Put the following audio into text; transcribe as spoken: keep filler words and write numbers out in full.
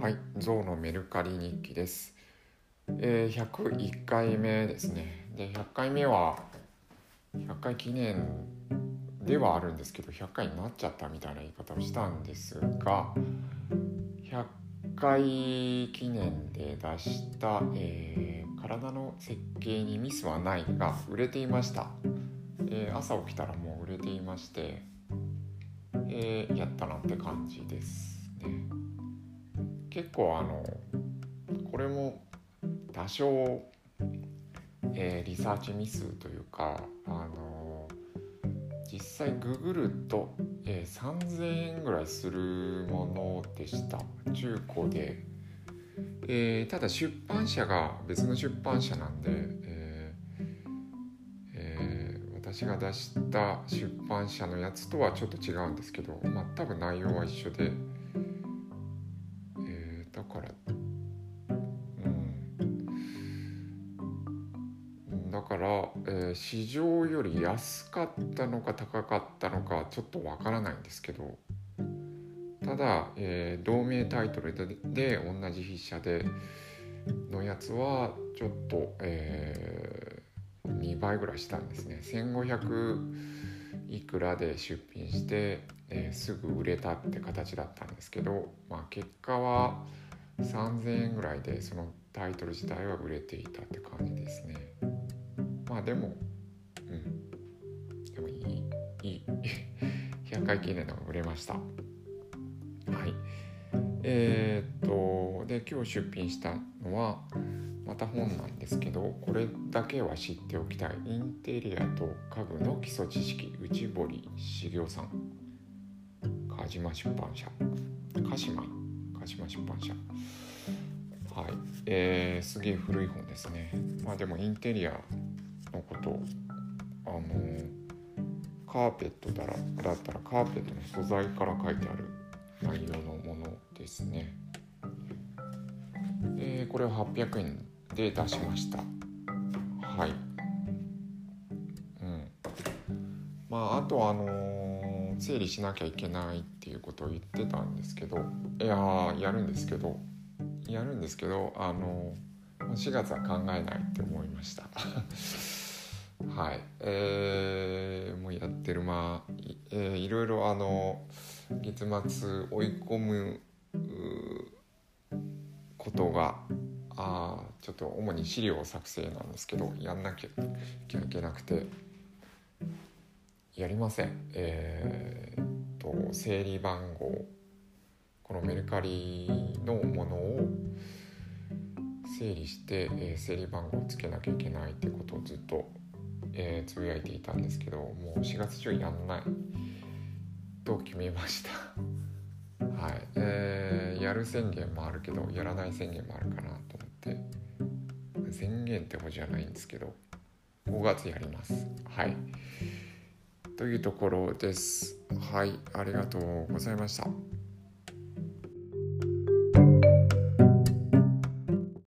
はい、ゾウのメルカリ日記です。えー、ひゃくいっかいめですね。で、ひゃっかいめはひゃっかい記念ではあるんですけど、ひゃっかいになっちゃったみたいな言い方をしたんですが、ひゃっかい記念で出した、えー、体の設計にミスはないが売れていました。えー、朝起きたらもう売れていまして、えー、やったなって感じですね。結構あのこれも多少、えー、リサーチミスというか、あの実際ググると、えー、さんぜんえんぐらいするものでした。中古で、えー、ただ出版社が別の出版社なんで、えーえー、私が出した出版社のやつとはちょっと違うんですけど、まあ多分内容は一緒で、えー、だからだから、えー、市場より安かったのか高かったのかちょっとわからないんですけど、ただ、えー、同名タイトル で, で同じ筆者でのやつはちょっと、えー、にばいぐらいしたんですね。せんごひゃくいくらで出品して、えー、すぐ売れたって形だったんですけど、まあ、結果はさんぜんえんぐらいでそのタイトル自体は売れていたって感じですね。まあでも、うん、でもいい、いい、ひゃっかい記念のが売れました。はい。えー、っと、で、今日出品したのは、また本なんですけど、これだけは知っておきたい。インテリアと家具の基礎知識、内堀茂雄さん。鹿島出版社。鹿島鹿島出版社。はい。えー、すげえ古い本ですね。まあでもインテリアのことあのカーペットだらだったらカーペットの素材から書いてある内容のものですね。えー、これをはっぴゃくえんで出しました。はい。うん。まああとあのー、整理しなきゃいけないっていうことを言ってたんですけど、いやーやるんですけどやるんですけどあのー、しがつは考えないって思いました。はい、えー、もうやってるまあ、えー、いろいろあの月末追い込むことがあちょっと主に資料作成なんですけどやんなきゃいけなくてやりません。えー、と整理番号このメルカリのものを整理して、えー、整理番号をつけなきゃいけないってことをずっとえー、つぶやいていたんですけど、もうしがつ中やんないと決めました。はい、えー、やる宣言もあるけどやらない宣言もあるかなと思って、宣言ってほどじゃないんですけどごがつやります。はいというところです。はい、ありがとうございました。